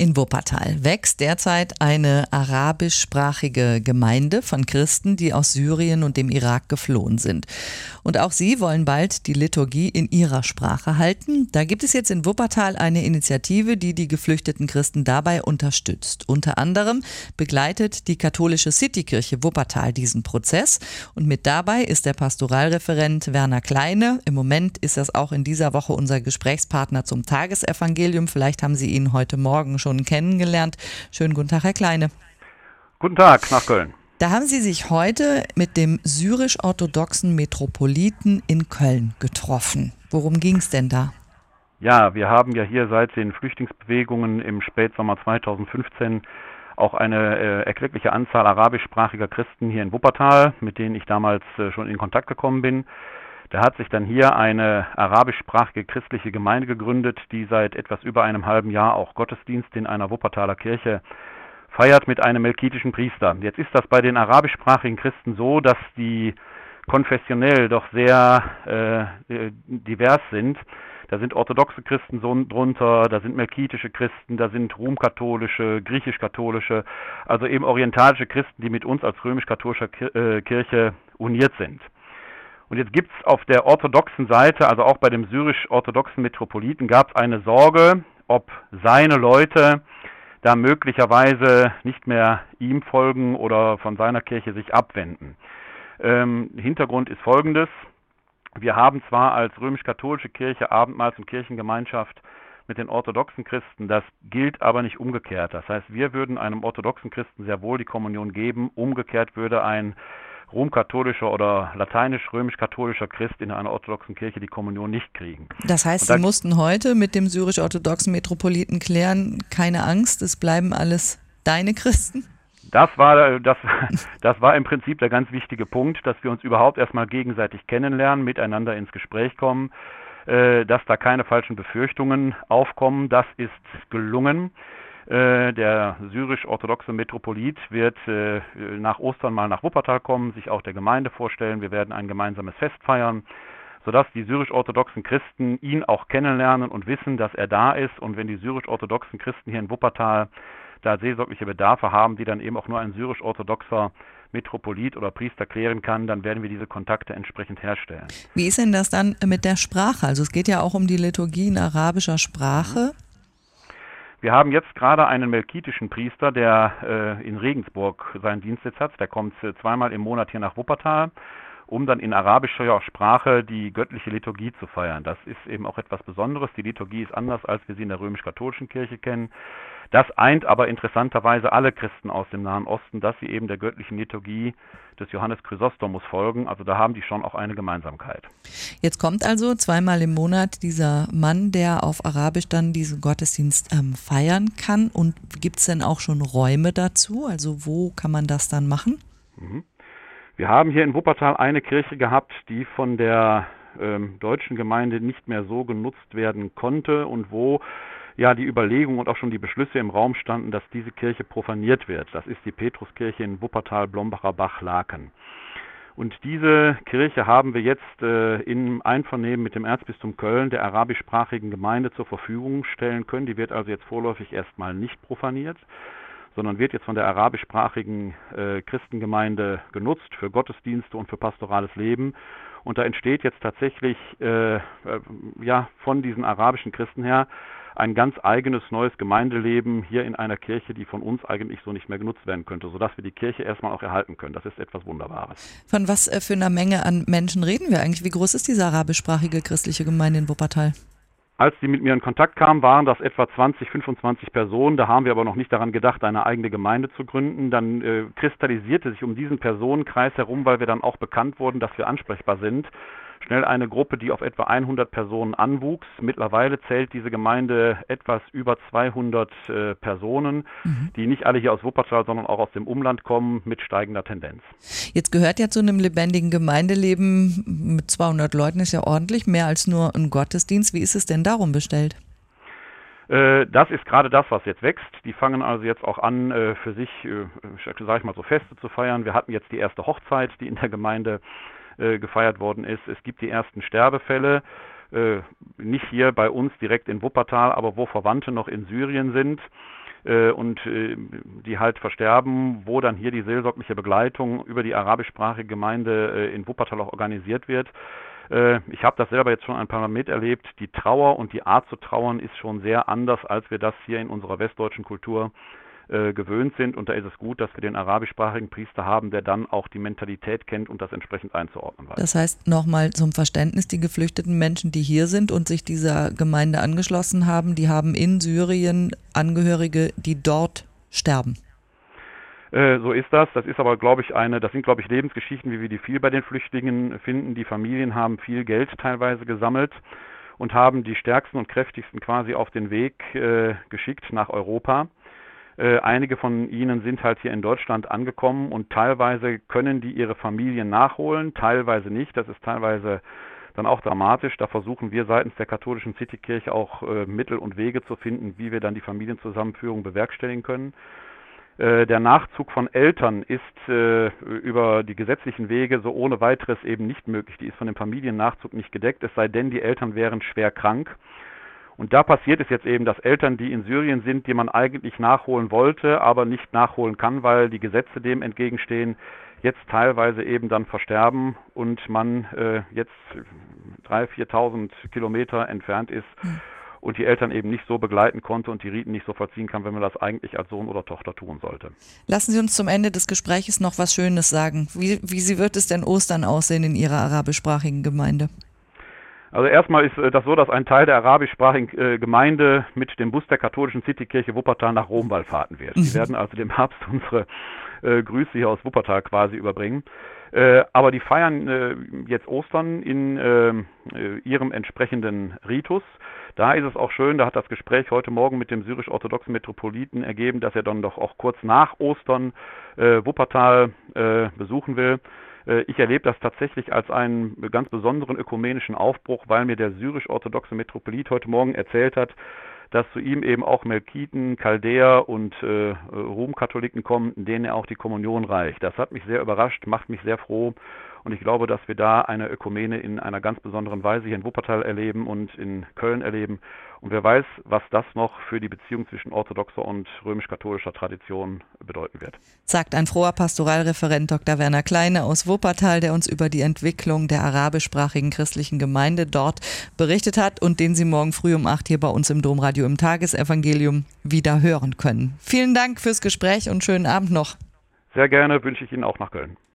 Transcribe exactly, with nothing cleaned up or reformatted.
In Wuppertal wächst derzeit eine arabischsprachige Gemeinde von Christen, die aus Syrien und dem Irak geflohen sind. Und auch sie wollen bald die Liturgie in ihrer Sprache halten. Da gibt es jetzt in Wuppertal eine Initiative, die die geflüchteten Christen dabei unterstützt. Unter anderem begleitet die katholische Citykirche Wuppertal diesen Prozess. Und mit dabei ist der Pastoralreferent Werner Kleine. Im Moment ist das auch in dieser Woche unser Gesprächspartner zum Tagesevangelium. Vielleicht haben Sie ihn heute Morgen schon kennengelernt. Schönen guten Tag, Herr Kleine. Guten Tag nach Köln. Da haben Sie sich heute mit dem syrisch-orthodoxen Metropoliten in Köln getroffen. Worum ging es denn da? Ja, wir haben ja hier seit den Flüchtlingsbewegungen im Spätsommer zweitausendfünfzehn auch eine äh, erkleckliche Anzahl arabischsprachiger Christen hier in Wuppertal, mit denen ich damals äh, schon in Kontakt gekommen bin. Da hat sich dann hier eine arabischsprachige christliche Gemeinde gegründet, die seit etwas über einem halben Jahr auch Gottesdienst in einer Wuppertaler Kirche feiert mit einem melkitischen Priester. Jetzt ist das bei den arabischsprachigen Christen so, dass die konfessionell doch sehr äh, divers sind. Da sind orthodoxe Christen so drunter, da sind melkitische Christen, da sind rumkatholische, griechisch-katholische, also eben orientalische Christen, die mit uns als römisch-katholischer Kirche uniert sind. Und jetzt gibt es auf der orthodoxen Seite, also auch bei dem syrisch-orthodoxen Metropoliten, gab es eine Sorge, ob seine Leute da möglicherweise nicht mehr ihm folgen oder von seiner Kirche sich abwenden. Ähm, Hintergrund ist folgendes: Wir haben zwar als römisch-katholische Kirche Abendmahls- und Kirchengemeinschaft mit den orthodoxen Christen, das gilt aber nicht umgekehrt. Das heißt, wir würden einem orthodoxen Christen sehr wohl die Kommunion geben, umgekehrt würde ein romkatholischer oder lateinisch-römisch-katholischer Christ in einer orthodoxen Kirche die Kommunion nicht kriegen. Das heißt, Sie mussten heute mit dem syrisch-orthodoxen Metropoliten klären, keine Angst, es bleiben alles deine Christen? Das war, das, das war im Prinzip der ganz wichtige Punkt, dass wir uns überhaupt erstmal gegenseitig kennenlernen, miteinander ins Gespräch kommen, äh, dass da keine falschen Befürchtungen aufkommen. Das ist gelungen. Der syrisch-orthodoxe Metropolit wird äh, nach Ostern mal nach Wuppertal kommen, sich auch der Gemeinde vorstellen. Wir werden ein gemeinsames Fest feiern, sodass die syrisch-orthodoxen Christen ihn auch kennenlernen und wissen, dass er da ist. Und wenn die syrisch-orthodoxen Christen hier in Wuppertal da seelsorgliche Bedarfe haben, die dann eben auch nur ein syrisch-orthodoxer Metropolit oder Priester klären kann, dann werden wir diese Kontakte entsprechend herstellen. Wie ist denn das dann mit der Sprache? Also es geht ja auch um die Liturgie in arabischer Sprache. Mhm. Wir haben jetzt gerade einen melkitischen Priester, der äh, in Regensburg seinen Dienstsitz hat. Der kommt äh, zweimal im Monat hier nach Wuppertal, um dann in arabischer Sprache die göttliche Liturgie zu feiern. Das ist eben auch etwas Besonderes. Die Liturgie ist anders, als wir sie in der römisch-katholischen Kirche kennen. Das eint aber interessanterweise alle Christen aus dem Nahen Osten, dass sie eben der göttlichen Liturgie des Johannes Chrysostomus folgen. Also da haben die schon auch eine Gemeinsamkeit. Jetzt kommt also zweimal im Monat dieser Mann, der auf Arabisch dann diesen Gottesdienst ähm, feiern kann. Und gibt es denn auch schon Räume dazu? Also wo kann man das dann machen? Mhm. Wir haben hier in Wuppertal eine Kirche gehabt, die von der ähm, deutschen Gemeinde nicht mehr so genutzt werden konnte und wo ja die Überlegung und auch schon die Beschlüsse im Raum standen, dass diese Kirche profaniert wird. Das ist die Petruskirche in Wuppertal-Blombacher-Bach-Laken. Und diese Kirche haben wir jetzt äh, im Einvernehmen mit dem Erzbistum Köln der arabischsprachigen Gemeinde zur Verfügung stellen können. Die wird also jetzt vorläufig erstmal nicht profaniert, sondern wird jetzt von der arabischsprachigen äh, Christengemeinde genutzt für Gottesdienste und für pastorales Leben. Und da entsteht jetzt tatsächlich äh, äh, ja von diesen arabischen Christen her ein ganz eigenes neues Gemeindeleben hier in einer Kirche, die von uns eigentlich so nicht mehr genutzt werden könnte, sodass wir die Kirche erstmal auch erhalten können. Das ist etwas Wunderbares. Von was für einer Menge an Menschen reden wir eigentlich? Wie groß ist diese arabischsprachige christliche Gemeinde in Wuppertal? Als die mit mir in Kontakt kamen, waren das etwa zwanzig, fünfundzwanzig Personen. Da haben wir aber noch nicht daran gedacht, eine eigene Gemeinde zu gründen. Dann äh, kristallisierte sich um diesen Personenkreis herum, weil wir dann auch bekannt wurden, dass wir ansprechbar sind, schnell eine Gruppe, die auf etwa hundert Personen anwuchs. Mittlerweile zählt diese Gemeinde etwas über zweihundert äh, Personen, mhm. die nicht alle hier aus Wuppertal, sondern auch aus dem Umland kommen, mit steigender Tendenz. Jetzt gehört ja zu einem lebendigen Gemeindeleben mit zweihundert Leuten, ist ja ordentlich, mehr als nur ein Gottesdienst. Wie ist es denn darum bestellt? Äh, das ist gerade das, was jetzt wächst. Die fangen also jetzt auch an, äh, für sich, äh, sag ich mal, so Feste zu feiern. Wir hatten jetzt die erste Hochzeit, die in der Gemeinde gefeiert worden ist. Es gibt die ersten Sterbefälle, äh, nicht hier bei uns direkt in Wuppertal, aber wo Verwandte noch in Syrien sind. äh, und äh, die halt versterben, wo dann hier die seelsorgliche Begleitung über die arabischsprachige Gemeinde äh, in Wuppertal auch organisiert wird. Äh, ich habe das selber jetzt schon ein paar Mal miterlebt. Die Trauer und die Art zu trauern ist schon sehr anders, als wir das hier in unserer westdeutschen Kultur äh, gewöhnt sind. Und da ist es gut, dass wir den arabischsprachigen Priester haben, der dann auch die Mentalität kennt und das entsprechend einzuordnen weiß. Das heißt, nochmal zum Verständnis, die geflüchteten Menschen, die hier sind und sich dieser Gemeinde angeschlossen haben, die haben in Syrien Angehörige, die dort sterben. So ist das. Das ist aber, glaube ich, eine, das sind, glaube ich, Lebensgeschichten, wie wir die viel bei den Flüchtlingen finden. Die Familien haben viel Geld teilweise gesammelt und haben die stärksten und kräftigsten quasi auf den Weg äh, geschickt nach Europa. Äh, einige von ihnen sind halt hier in Deutschland angekommen und teilweise können die ihre Familien nachholen, teilweise nicht. Das ist teilweise dann auch dramatisch. Da versuchen wir seitens der katholischen Citykirche auch äh, Mittel und Wege zu finden, wie wir dann die Familienzusammenführung bewerkstelligen können. Der Nachzug von Eltern ist äh, über die gesetzlichen Wege so ohne weiteres eben nicht möglich. Die ist von dem Familiennachzug nicht gedeckt, es sei denn, die Eltern wären schwer krank. Und da passiert es jetzt eben, dass Eltern, die in Syrien sind, die man eigentlich nachholen wollte, aber nicht nachholen kann, weil die Gesetze dem entgegenstehen, jetzt teilweise eben dann versterben und man äh, jetzt dreitausend, viertausend Kilometer entfernt ist. Hm. Und die Eltern eben nicht so begleiten konnte und die Riten nicht so vollziehen kann, wenn man das eigentlich als Sohn oder Tochter tun sollte. Lassen Sie uns zum Ende des Gesprächs noch was Schönes sagen. Wie, wie wird es denn Ostern aussehen in Ihrer arabischsprachigen Gemeinde? Also erstmal ist das so, dass ein Teil der arabischsprachigen Gemeinde mit dem Bus der katholischen Citykirche Wuppertal nach Rom wallfahrten wird. Die werden also dem Herbst unsere äh, Grüße hier aus Wuppertal quasi überbringen. Äh, aber die feiern äh, jetzt Ostern in äh, ihrem entsprechenden Ritus. Da ist es auch schön, da hat das Gespräch heute Morgen mit dem syrisch-orthodoxen Metropoliten ergeben, dass er dann doch auch kurz nach Ostern äh, Wuppertal äh, besuchen will. Äh, ich erlebe das tatsächlich als einen ganz besonderen ökumenischen Aufbruch, weil mir der syrisch-orthodoxe Metropolit heute Morgen erzählt hat, dass zu ihm eben auch Melkiten, Chaldäer und äh, Rom-Katholiken kommen, denen er auch die Kommunion reicht. Das hat mich sehr überrascht, macht mich sehr froh. Und ich glaube, dass wir da eine Ökumene in einer ganz besonderen Weise hier in Wuppertal erleben und in Köln erleben. Und wer weiß, was das noch für die Beziehung zwischen orthodoxer und römisch-katholischer Tradition bedeuten wird. Sagt ein froher Pastoralreferent Doktor Werner Kleine aus Wuppertal, der uns über die Entwicklung der arabischsprachigen christlichen Gemeinde dort berichtet hat und den Sie morgen früh um acht hier bei uns im Domradio im Tagesevangelium wieder hören können. Vielen Dank fürs Gespräch und schönen Abend noch. Sehr gerne, wünsche ich Ihnen auch nach Köln.